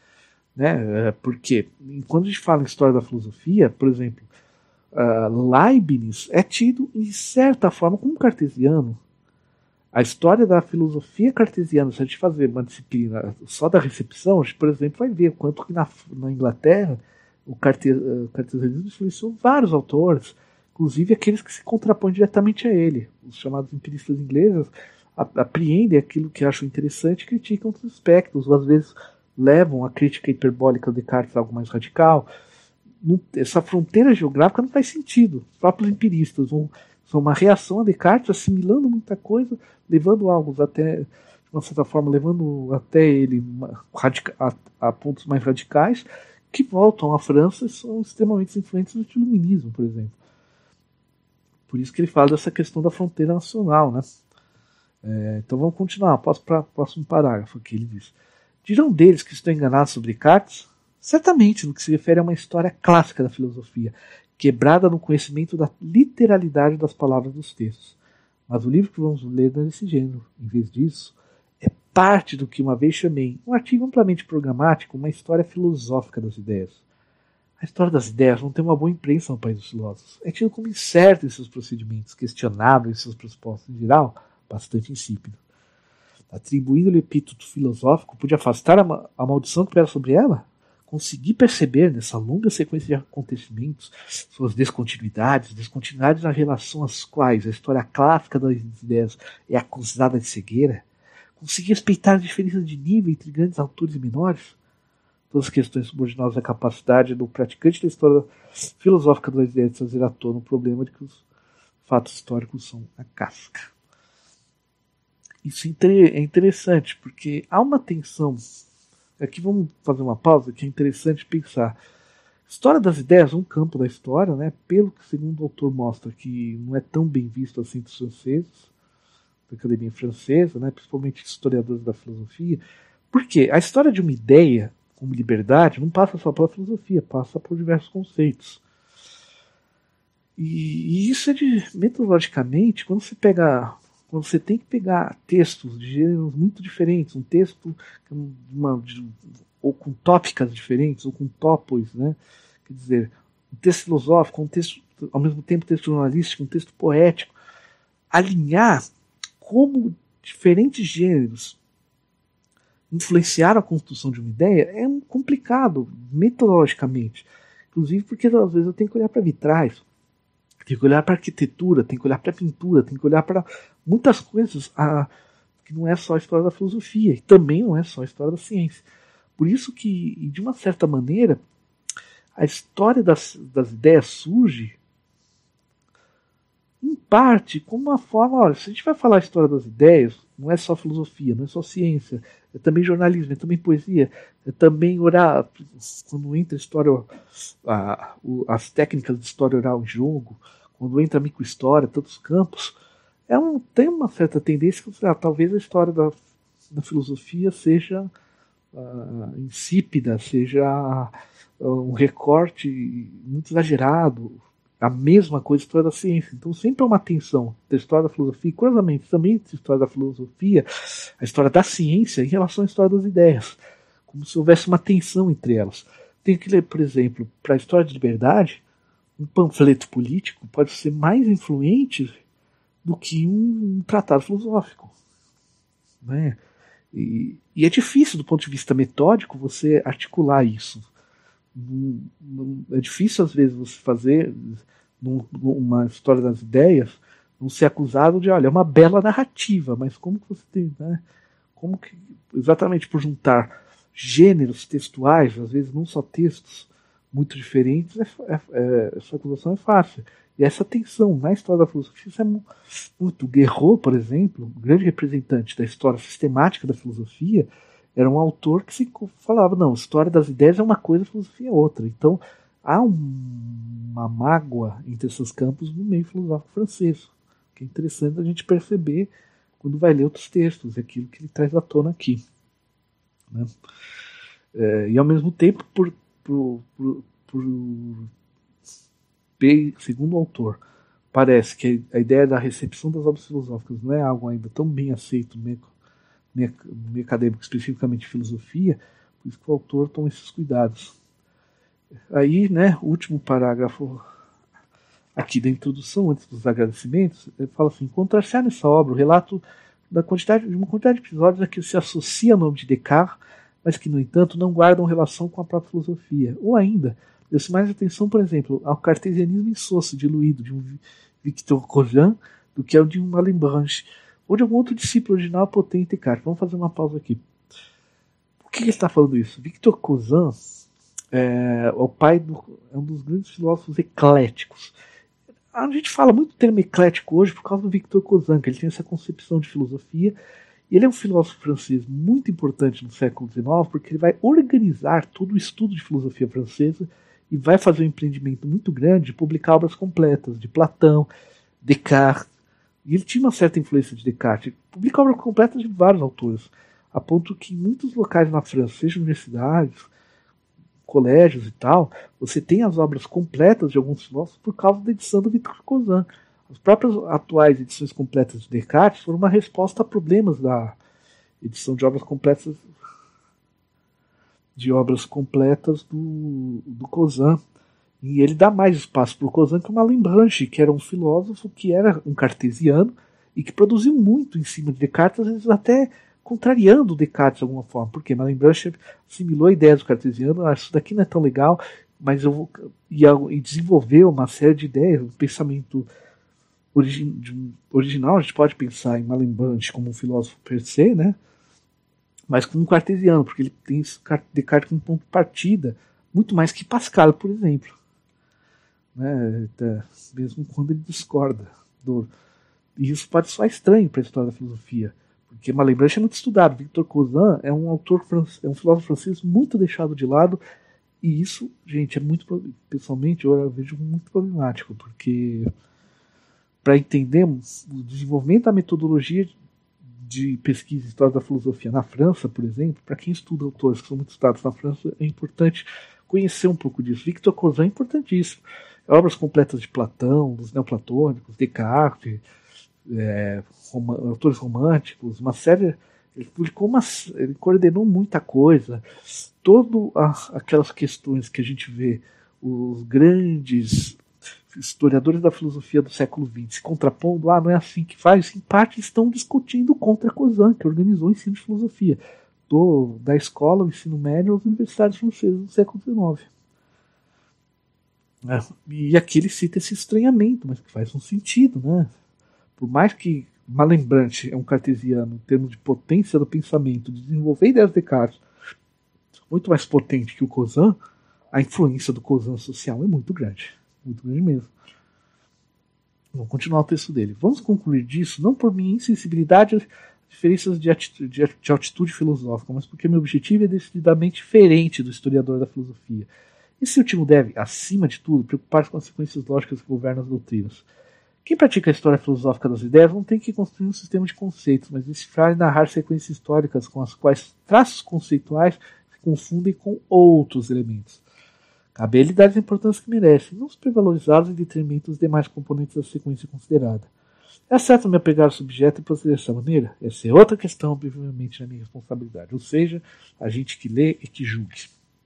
Né? Porque quando a gente fala em história da filosofia, por exemplo, uh, Leibniz é tido, de certa forma, como cartesiano. A história da filosofia cartesiana, se a gente fazer uma disciplina só da recepção, a gente, por exemplo, vai ver quanto que na, na Inglaterra o cartesianismo influenciou vários autores, inclusive aqueles que se contrapõem diretamente a ele. Os chamados empiristas ingleses apreendem aquilo que acham interessante e criticam outros aspectos, ou às vezes levam a crítica hiperbólica de Descartes a algo mais radical. Essa fronteira geográfica não faz sentido. Os próprios empiristas vão são uma reação a Descartes, assimilando muita coisa, levando algo até, de uma certa forma, levando até ele a, a pontos mais radicais, que voltam à França e são extremamente influentes no iluminismo, por exemplo. Por isso que ele fala dessa questão da fronteira nacional. Né? É, então vamos continuar, passo para o próximo parágrafo aqui, ele diz: dirão deles que estão enganados sobre Descartes? Certamente, no que se refere a uma história clássica da filosofia, quebrada no conhecimento da literalidade das palavras dos textos. Mas o livro que vamos ler não é desse gênero. Em vez disso, é parte do que uma vez chamei, um artigo amplamente programático, uma história filosófica das ideias. A história das ideias não tem uma boa imprensa no país dos filósofos. É tido como incerto em seus procedimentos, questionável em seus pressupostos em geral, bastante insípido. Atribuindo-lhe epíteto filosófico, pude afastar a, ma- a maldição que era sobre ela? Consegui perceber nessa longa sequência de acontecimentos suas descontinuidades, descontinuidades na relação às quais a história clássica das ideias é acusada de cegueira? Consegui respeitar a diferença de nível entre grandes autores e menores? Todas as questões subordinadas à capacidade do praticante da história filosófica das ideias de trazer à tona o problema de que os fatos históricos são a casca. Isso é interessante, porque há uma tensão. Aqui vamos fazer uma pausa, que é interessante pensar. História das ideias, um campo da história, né, pelo que segundo o autor mostra que não é tão bem visto assim dos franceses, da academia francesa, né, principalmente historiadores da filosofia. Por quê? A história de uma ideia como liberdade não passa só pela filosofia, passa por diversos conceitos. E, e isso é de, metodologicamente, quando você pega, quando você tem que pegar textos de gêneros muito diferentes, um texto uma, de, ou com tópicas diferentes, ou com topos, né? Quer dizer, um texto filosófico, um texto, ao mesmo tempo texto jornalístico, um texto poético, alinhar como diferentes gêneros influenciaram a construção de uma ideia é complicado, metodologicamente. Inclusive porque às vezes eu tenho que olhar para vitrais, tenho que olhar para arquitetura, tenho que olhar para pintura, tenho que olhar para muitas coisas a, que não é só a história da filosofia, e também não é só a história da ciência. Por isso que, de uma certa maneira, a história das, das ideias surge em parte como uma forma, olha, se a gente vai falar a história das ideias, não é só filosofia, não é só ciência, é também jornalismo, é também poesia, é também orar, quando entra a história, a, as técnicas de história oral em jogo, quando entra a microhistória, tantos campos, é um, tem uma certa tendência que ah, talvez a história da, da filosofia seja uh, insípida, seja uh, um recorte muito exagerado, a mesma coisa da história da ciência. Então sempre há uma tensão da história da filosofia, e curiosamente também da história da filosofia, a história da ciência em relação à história das ideias, como se houvesse uma tensão entre elas. Tem que ler, por exemplo, para a história de liberdade, um panfleto político pode ser mais influente do que um, um tratado filosófico, né? E, e é difícil do ponto de vista metódico você articular isso. É difícil às vezes você fazer uma história das ideias não ser acusado de, olha, é uma bela narrativa, mas como que você tem, né? Como que, exatamente por juntar gêneros textuais, às vezes não só textos muito diferentes, é, é, é, essa acusação é fácil. E essa tensão na história da filosofia, isso é muito. Guerreau, por exemplo, um grande representante da história sistemática da filosofia, era um autor que se falava, não, a história das ideias é uma coisa, a filosofia é outra. Então, há um, uma mágoa entre esses campos no meio filosófico francês, que é interessante a gente perceber quando vai ler outros textos, aquilo que ele traz à tona aqui, né? É, e ao mesmo tempo, por, por, por, por, segundo o autor, parece que a ideia da recepção das obras filosóficas não é algo ainda tão bem aceito no meio, meio, meio acadêmico, especificamente filosofia, por isso que o autor toma esses cuidados. Aí, né, o último parágrafo aqui da introdução, antes dos agradecimentos, ele fala assim: encontrar-se nessa obra o relato da quantidade, de uma quantidade de episódios a que se associa o nome de Descartes, mas que, no entanto, não guardam relação com a própria filosofia. Ou ainda, deu-se mais atenção, por exemplo, ao cartesianismo insosso, diluído, de um Victor Cousin, do que ao de um Malebranche, ou de algum outro discípulo original potente de Descartes. Vamos fazer uma pausa aqui. Por que ele está falando isso? Victor Cousin é, o pai do, é um dos grandes filósofos ecléticos. A gente fala muito do termo eclético hoje por causa do Victor Cousin, que ele tem essa concepção de filosofia. E ele é um filósofo francês muito importante no século dezenove, porque ele vai organizar todo o estudo de filosofia francesa e vai fazer um empreendimento muito grande de publicar obras completas de Platão, Descartes. E ele tinha uma certa influência de Descartes. Ele publica obras completas de vários autores, a ponto que em muitos locais na França, seja universidades, colégios e tal, você tem as obras completas de alguns filósofos por causa da edição do Victor Cousin. As próprias atuais edições completas de Descartes foram uma resposta a problemas da edição de obras completas de obras completas do, do Cousin. E ele dá mais espaço para o Cousin que o Malebranche, que era um filósofo que era um cartesiano e que produziu muito em cima de Descartes, às vezes até contrariando Descartes de alguma forma. Por quê? Malebranche assimilou a ideia do cartesiano, ah, isso daqui não é tão legal, mas eu vou, e, e desenvolveu uma série de ideias, um pensamento origi, de, original. A gente pode pensar em Malebranche como um filósofo per se, né? Mas como um cartesiano, porque ele tem Descartes como ponto de partida, muito mais que Pascal, por exemplo. Né? Mesmo quando ele discorda. Do, e isso pode soar estranho para a história da filosofia, porque Malebranche é muito estudado. Victor Cousin é um autor, é um filósofo francês muito deixado de lado, e isso, gente, é muito, pessoalmente, eu vejo muito problemático, porque para entendermos o desenvolvimento da metodologia de pesquisa e história da filosofia na França, por exemplo, para quem estuda autores que são muito estudados na França, é importante conhecer um pouco disso. Victor Cousin é importantíssimo. Obras completas de Platão, dos neoplatônicos, Descartes, é, rom autores românticos, uma série. Ele publicou uma, ele coordenou muita coisa. Todas aquelas questões que a gente vê os grandes historiadores da filosofia do século vinte se contrapondo, ah, não é assim que faz, em parte estão discutindo contra Cousin, que organizou o ensino de filosofia do, da escola, o ensino médio, às universidades francesas do século dezenove. É, e aqui ele cita esse estranhamento, mas que faz um sentido, né? Por mais que Malebranche é um cartesiano em termos de potência do pensamento, de desenvolver ideias de Descartes muito mais potente que o Cousin, a influência do Cousin social é muito grande. Muito grande mesmo. Vamos continuar o texto dele. Vamos concluir disso, não por minha insensibilidade às diferenças de atitude, de altitude filosófica, mas porque meu objetivo é decididamente diferente do historiador da filosofia. Esse último deve, acima de tudo, preocupar-se com as consequências lógicas que governam as doutrinas. Quem pratica a história filosófica das ideias não tem que construir um sistema de conceitos, mas decifrar e narrar sequências históricas com as quais traços conceituais se confundem com outros elementos. Cabe a ele dar a importância que merece, não supervalorizá-los em detrimento dos demais componentes da sequência considerada. É certo me apegar ao subjeto e proceder dessa maneira? Essa é outra questão, obviamente, na minha responsabilidade. Ou seja, a gente que lê e que julgue.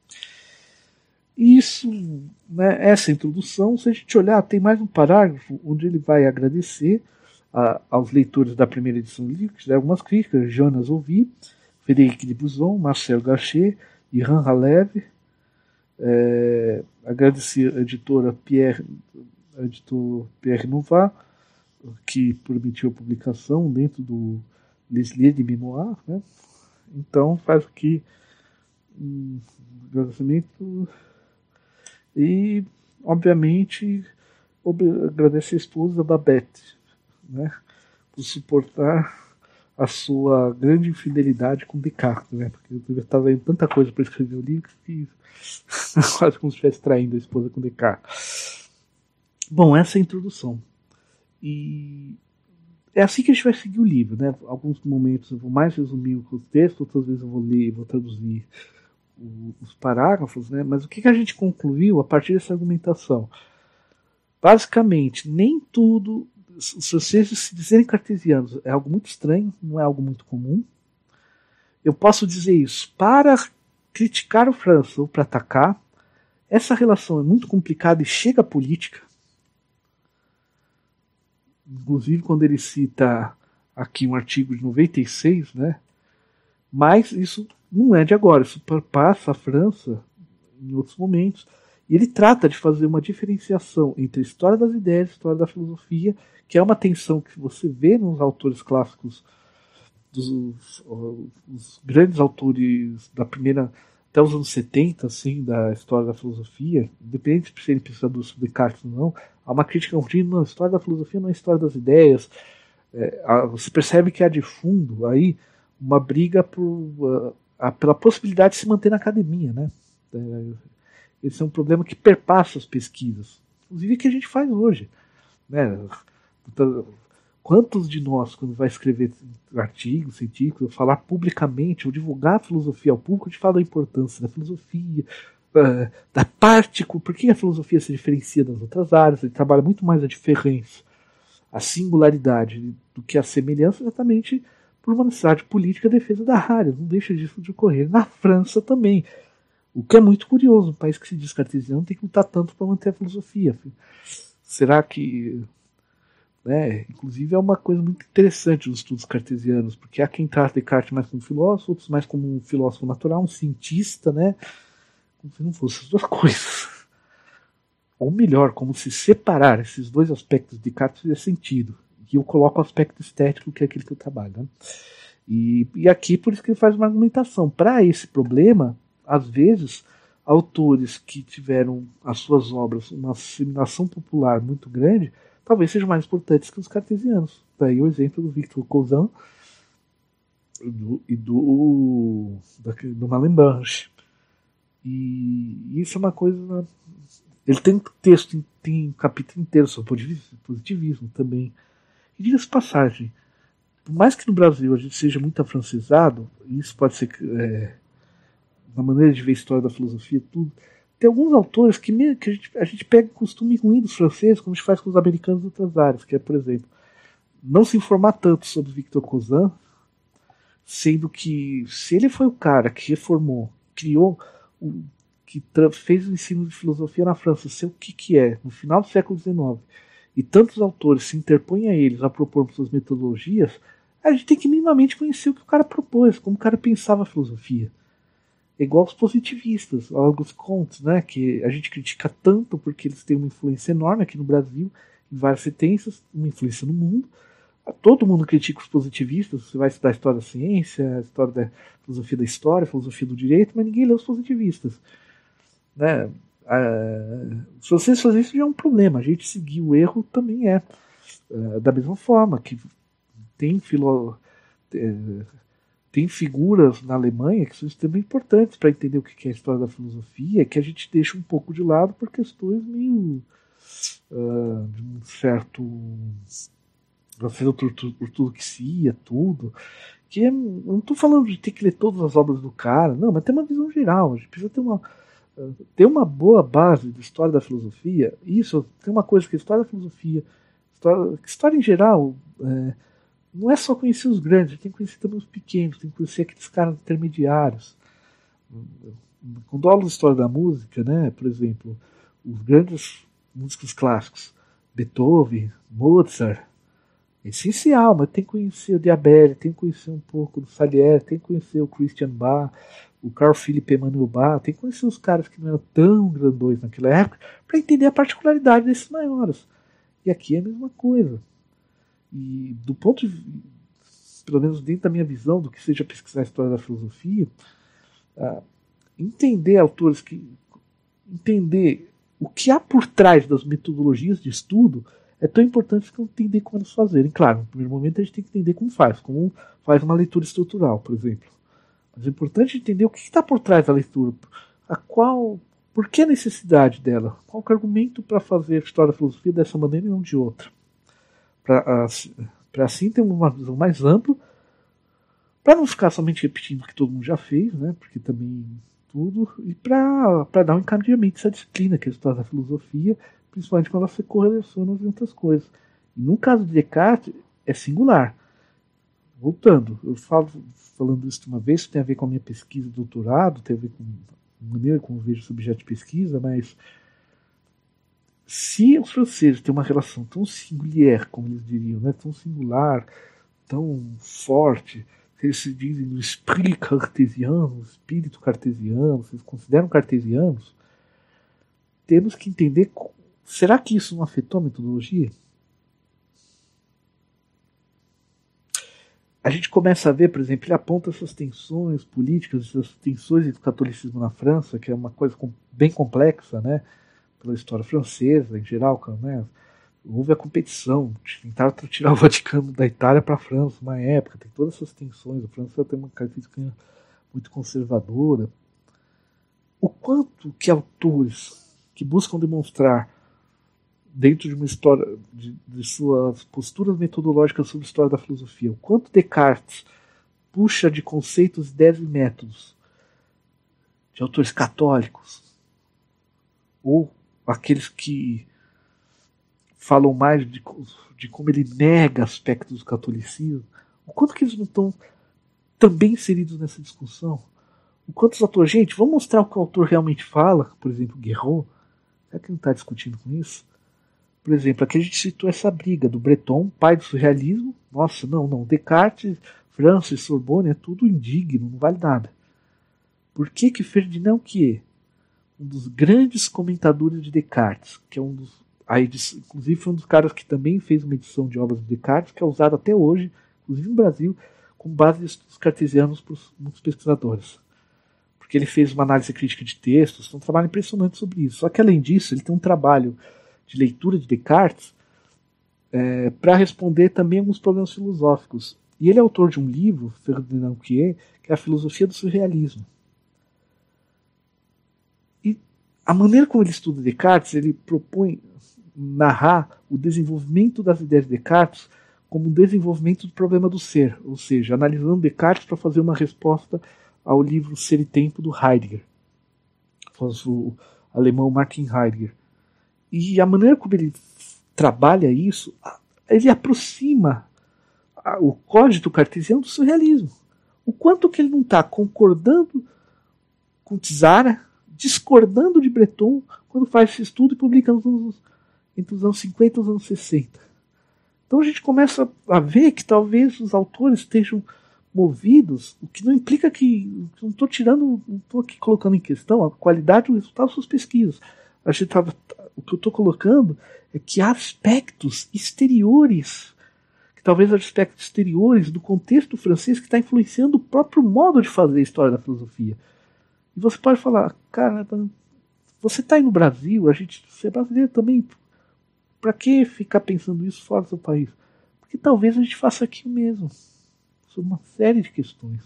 Isso, né, essa introdução, se a gente olhar, tem mais um parágrafo onde ele vai agradecer a, aos leitores da primeira edição do livro, que fizeram algumas críticas, Jonas Ouvi, Frédéric de Buzon, Marcel Gachet, Iran Halev, é, agradecer a editora Pierre, a editor Pierre Nouvat, que permitiu a publicação dentro do Les Lieux de Mémoire, né? Então faz aqui um agradecimento e, obviamente, agradecer a esposa Babette, né, por suportar a sua grande infidelidade com Descartes, né, porque eu estava vendo tanta coisa para escrever o livro que quase como se estivesse traindo a esposa com Descartes. Bom, essa é a introdução. E é assim que a gente vai seguir o livro, né? Alguns momentos eu vou mais resumir o texto, outras vezes eu vou ler, vou traduzir os parágrafos, né? Mas o que a gente concluiu a partir dessa argumentação? Basicamente, nem tudo, os franceses se dizerem cartesianos é algo muito estranho, não é algo muito comum. Eu posso dizer isso para criticar o França ou para atacar. Essa relação é muito complicada e chega à política. Inclusive quando ele cita aqui um artigo de noventa e seis, né? Mas isso não é de agora, isso passa a França em outros momentos, e ele trata de fazer uma diferenciação entre a história das ideias e a história da filosofia, que é uma tensão que você vê nos autores clássicos, dos os grandes autores da primeira, até os anos setenta, assim, da história da filosofia, independente de serem pensadores sobre Descartes ou não, há uma crítica contínua, a história da filosofia não é a história das ideias. É, você percebe que há de fundo aí uma briga por, uh, a, pela possibilidade de se manter na academia, né? É, esse é um problema que perpassa as pesquisas, inclusive que a gente faz hoje, né? Então, quantos de nós, quando vai escrever artigos científicos, falar publicamente ou divulgar a filosofia ao público, a gente fala da importância da filosofia, uh, da parte, por que a filosofia se diferencia das outras áreas? Ele trabalha muito mais a diferença, a singularidade do que a semelhança, exatamente por uma necessidade política de defesa da área. Não deixa disso de ocorrer. Na França também. O que é muito curioso, um país que se diz cartesiano tem que lutar tanto para manter a filosofia. Será que Né? Inclusive é uma coisa muito interessante os estudos cartesianos, porque há quem trata Descartes mais como filósofo, outros mais como um filósofo natural, um cientista, né? Como se não fossem as duas coisas. Ou melhor, como se separar esses dois aspectos de Descartes fazia sentido. E eu coloco o aspecto estético, que é aquele que eu trabalho. Né? E, e aqui, por isso que ele faz uma argumentação. Para esse problema, às vezes, autores que tiveram as suas obras uma assimilação popular muito grande, talvez sejam mais importantes que os cartesianos. Daí o exemplo do Victor Cousin do, e do, do, do Malembange. E isso é uma coisa... Ele tem texto, tem um capítulo inteiro sobre positivismo também. E diga-se passagem, por mais que no Brasil a gente seja muito afrancesado, e isso pode ser é, na maneira de ver a história da filosofia, tudo, tem alguns autores que, meio, que a, gente, a gente pega o costume ruim dos franceses, como a gente faz com os americanos de outras áreas, que é, por exemplo, não se informar tanto sobre Victor Cousin, sendo que se ele foi o cara que reformou, criou, o, que fez o ensino de filosofia na França ser o que, que é, no final do século dezenove, e tantos autores se interpõem a eles a propor suas metodologias, a gente tem que minimamente conhecer o que o cara propôs, como o cara pensava a filosofia. É igual os positivistas, Auguste Comte, né, que a gente critica tanto porque eles têm uma influência enorme aqui no Brasil, em várias sentenças, uma influência no mundo. Todo mundo critica os positivistas, você vai estudar a história da ciência, a história da filosofia da história, a filosofia do direito, mas ninguém lê os positivistas. Né? Ah, se vocês fazerem isso já é um problema, a gente seguir o erro também é. Ah, da mesma forma que tem, filo, tem figuras na Alemanha que são extremamente importantes para entender o que é a história da filosofia, que a gente deixa um pouco de lado por questões meio uh, de um certo ortodoxia, tudo. Que é, eu não estou falando de ter que ler todas as obras do cara, não, mas tem uma visão geral, a gente precisa ter uma ter uma boa base de história da filosofia. Isso tem uma coisa que a história da filosofia, história, história em geral, é, não é só conhecer os grandes, a gente tem que conhecer também os pequenos, tem que conhecer aqueles caras intermediários. Quando eu aula de história da música, né, por exemplo, os grandes músicos clássicos, Beethoven, Mozart, é essencial, mas tem que conhecer o Diabelli, tem que conhecer um pouco do Salieri, tem que conhecer o Christian Bach, o Carl Philipp Emanuel Bach, tem que conhecer os caras que não eram tão grandões naquela época para entender a particularidade desses maiores. E aqui é a mesma coisa. E do ponto de pelo menos dentro da minha visão do que seja pesquisar a história da filosofia, uh, entender autores que entender o que há por trás das metodologias de estudo é tão importante que entender como elas fazerem. Claro, no primeiro momento a gente tem que entender como faz, como faz uma leitura estrutural, por exemplo. Mas é importante entender o que está por trás da leitura, a qual, por que a necessidade dela, qual é o argumento para fazer a história da filosofia dessa maneira e não de outra. Para assim ter uma visão mais ampla, para não ficar somente repetindo o que todo mundo já fez, né? Porque também tudo, e para dar um encaminhamento dessa disciplina, que é a história da filosofia, principalmente quando ela se correlaciona com outras coisas. E no caso de Descartes, é singular. Voltando, eu falo falando isso de uma vez, isso tem a ver com a minha pesquisa de doutorado, tem a ver com a maneira como eu vejo esse objeto de pesquisa, mas se os franceses têm uma relação tão singular, como eles diriam, né, tão singular, tão forte, se eles se dizem no espírito cartesiano, espírito cartesiano, se eles consideram cartesianos, temos que entender, será que isso não afetou a metodologia? A gente começa a ver, por exemplo, ele aponta essas tensões políticas, essas tensões do catolicismo na França, que é uma coisa bem complexa, né, pela história francesa em geral, né, houve a competição, tentaram tirar o Vaticano da Itália para a França, uma época, tem todas essas tensões, a França tem uma característica muito conservadora. O quanto que autores que buscam demonstrar dentro de uma história, de, de suas posturas metodológicas sobre a história da filosofia, o quanto Descartes puxa de conceitos, ideias e métodos de autores católicos, ou aqueles que falam mais de, de como ele nega aspectos do catolicismo, o quanto que eles não estão também inseridos nessa discussão, o quanto os autores, gente, vamos mostrar o que o autor realmente fala, por exemplo, Guéraud, será que ele não está discutindo com isso? Por exemplo, aqui a gente citou essa briga do Breton, pai do surrealismo. Nossa, não, não. Descartes, Francis, Sorbonne é tudo indigno, não vale nada. Por que que Ferdinand Quier, um dos grandes comentadores de Descartes, que é um dos, a edição, inclusive foi um dos caras que também fez uma edição de obras de Descartes, que é usado até hoje, inclusive no Brasil, com base em estudos cartesianos por muitos pesquisadores. Porque ele fez uma análise crítica de textos, um trabalho impressionante sobre isso. Só que, além disso, ele tem um trabalho de leitura de Descartes é, para responder também alguns problemas filosóficos. E ele é autor de um livro, Ferdinand Quier, que é a Filosofia do Surrealismo. E a maneira como ele estuda Descartes, ele propõe narrar o desenvolvimento das ideias de Descartes como um desenvolvimento do problema do ser, ou seja, analisando Descartes para fazer uma resposta ao livro Ser e Tempo do Heidegger, o alemão Martin Heidegger. E a maneira como ele trabalha isso, ele aproxima o código cartesiano do surrealismo. O quanto que ele não está concordando com Tzara, discordando de Breton, quando faz esse estudo e publica nos anos, entre os anos cinquenta e os anos sessenta. Então a gente começa a ver que talvez os autores estejam movidos, o que não implica que, não estou tirando, não estou aqui colocando em questão a qualidade do resultado das suas pesquisas. A gente tava, o que eu estou colocando é que há aspectos exteriores, que talvez aspectos exteriores do contexto francês que está influenciando o próprio modo de fazer a história da filosofia. E você pode falar, cara, você está aí no Brasil, a gente, você é brasileiro também, para que ficar pensando isso fora do seu país? Porque talvez a gente faça aqui mesmo, sobre uma série de questões.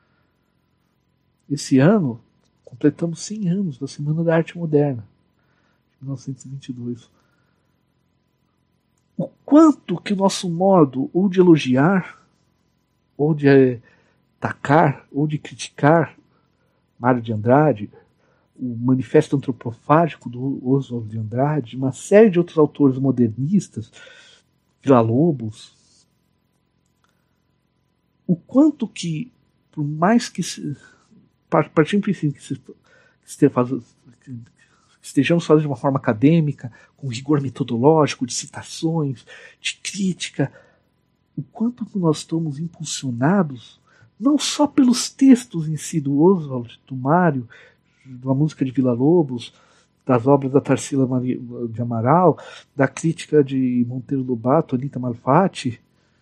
Esse ano, completamos cem anos da Semana da Arte Moderna, de mil novecentos e vinte e dois. O quanto que o nosso modo ou de elogiar, ou de atacar, ou de criticar Mário de Andrade, o Manifesto Antropofágico do Oswald de Andrade, uma série de outros autores modernistas, Villa-Lobos, o quanto que, por mais que se, partindo do princípio que, se, que, que estejamos fazendo de uma forma acadêmica, com rigor metodológico, de citações, de crítica, o quanto que nós estamos impulsionados, não só pelos textos em si do Oswald, do Mário, da música de Villa-Lobos, das obras da Tarsila de Amaral, da crítica de Monteiro Lobato, Anita Malfatti,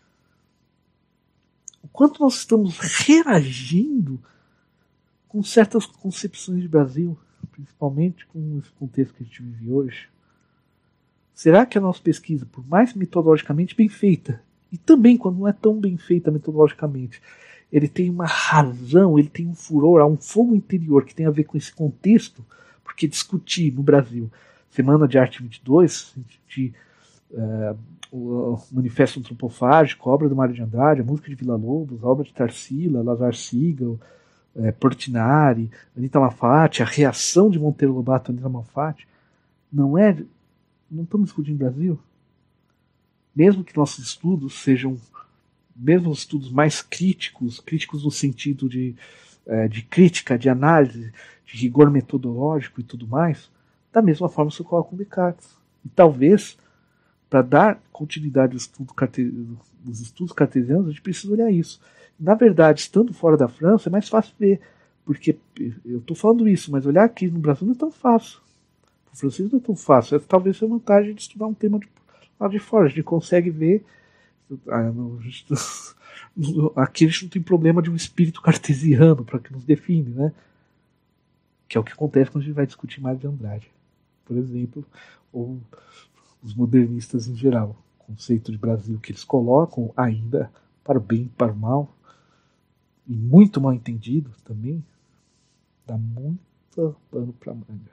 o quanto nós estamos reagindo com certas concepções de Brasil, principalmente com esse contexto que a gente vive hoje. Será que a nossa pesquisa, por mais metodologicamente bem feita, e também quando não é tão bem feita metodologicamente, ele tem uma razão, ele tem um furor, há um fogo interior que tem a ver com esse contexto, porque discutir no Brasil Semana de Arte vinte e dois, de, uh, o Manifesto Antropofágico, a obra do Mário de Andrade, a música de Villa-Lobos, a obra de Tarsila, Lazar Sigal, uh, Portinari, Anita Malfatti, a reação de Monteiro Lobato, Anita Malfatti, não é, não estamos discutindo no Brasil? Mesmo que nossos estudos sejam mesmo os estudos mais críticos, críticos no sentido de, é, de crítica, de análise, de rigor metodológico e tudo mais, da mesma forma se coloca com Descartes. E talvez, para dar continuidade aos estudo carte... estudos cartesianos, a gente precisa olhar isso. Na verdade, estando fora da França, é mais fácil ver, porque eu estou falando isso, mas olhar aqui no Brasil não é tão fácil. Para o francês não é tão fácil. Essa talvez seja a vantagem de estudar um tema de, lá de fora. A gente consegue ver. Ah, não, a gente, aqui a gente não tem problema de um espírito cartesiano para que nos define, né? Que é o que acontece quando a gente vai discutir Mário de Andrade, por exemplo, ou os modernistas em geral. O conceito de Brasil que eles colocam ainda para o bem e para o mal, e muito mal entendido também, dá muito pano para manga.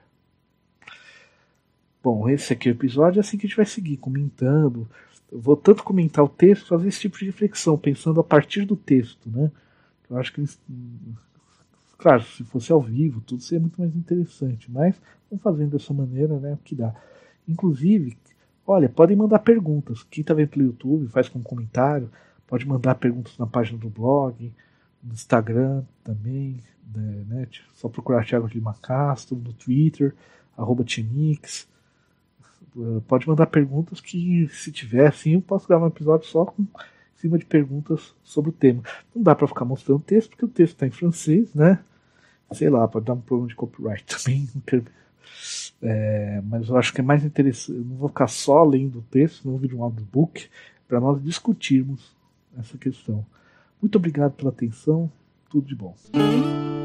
Bom, esse aqui é o episódio, é assim que a gente vai seguir, comentando. Eu vou tanto comentar o texto, fazer esse tipo de reflexão, pensando a partir do texto, né? Eu acho que, claro, se fosse ao vivo, tudo seria muito mais interessante, mas vamos fazendo dessa maneira, né? O que dá. Inclusive, olha, podem mandar perguntas. Quem está vendo pelo YouTube, faz com um comentário, pode mandar perguntas na página do blog, no Instagram também, né? Só procurar Thiago de Lima Castro, no Twitter, arroba Tchenix. Pode mandar perguntas que, se tiver, assim, eu posso gravar um episódio só com, em cima de perguntas sobre o tema. Não dá para ficar mostrando o texto, porque o texto está em francês, né? Sei lá, pode dar um problema de copyright também. É, mas eu acho que é mais interessante. Eu não vou ficar só lendo o texto, não vou vir um audiobook, para nós discutirmos essa questão. Muito obrigado pela atenção, tudo de bom.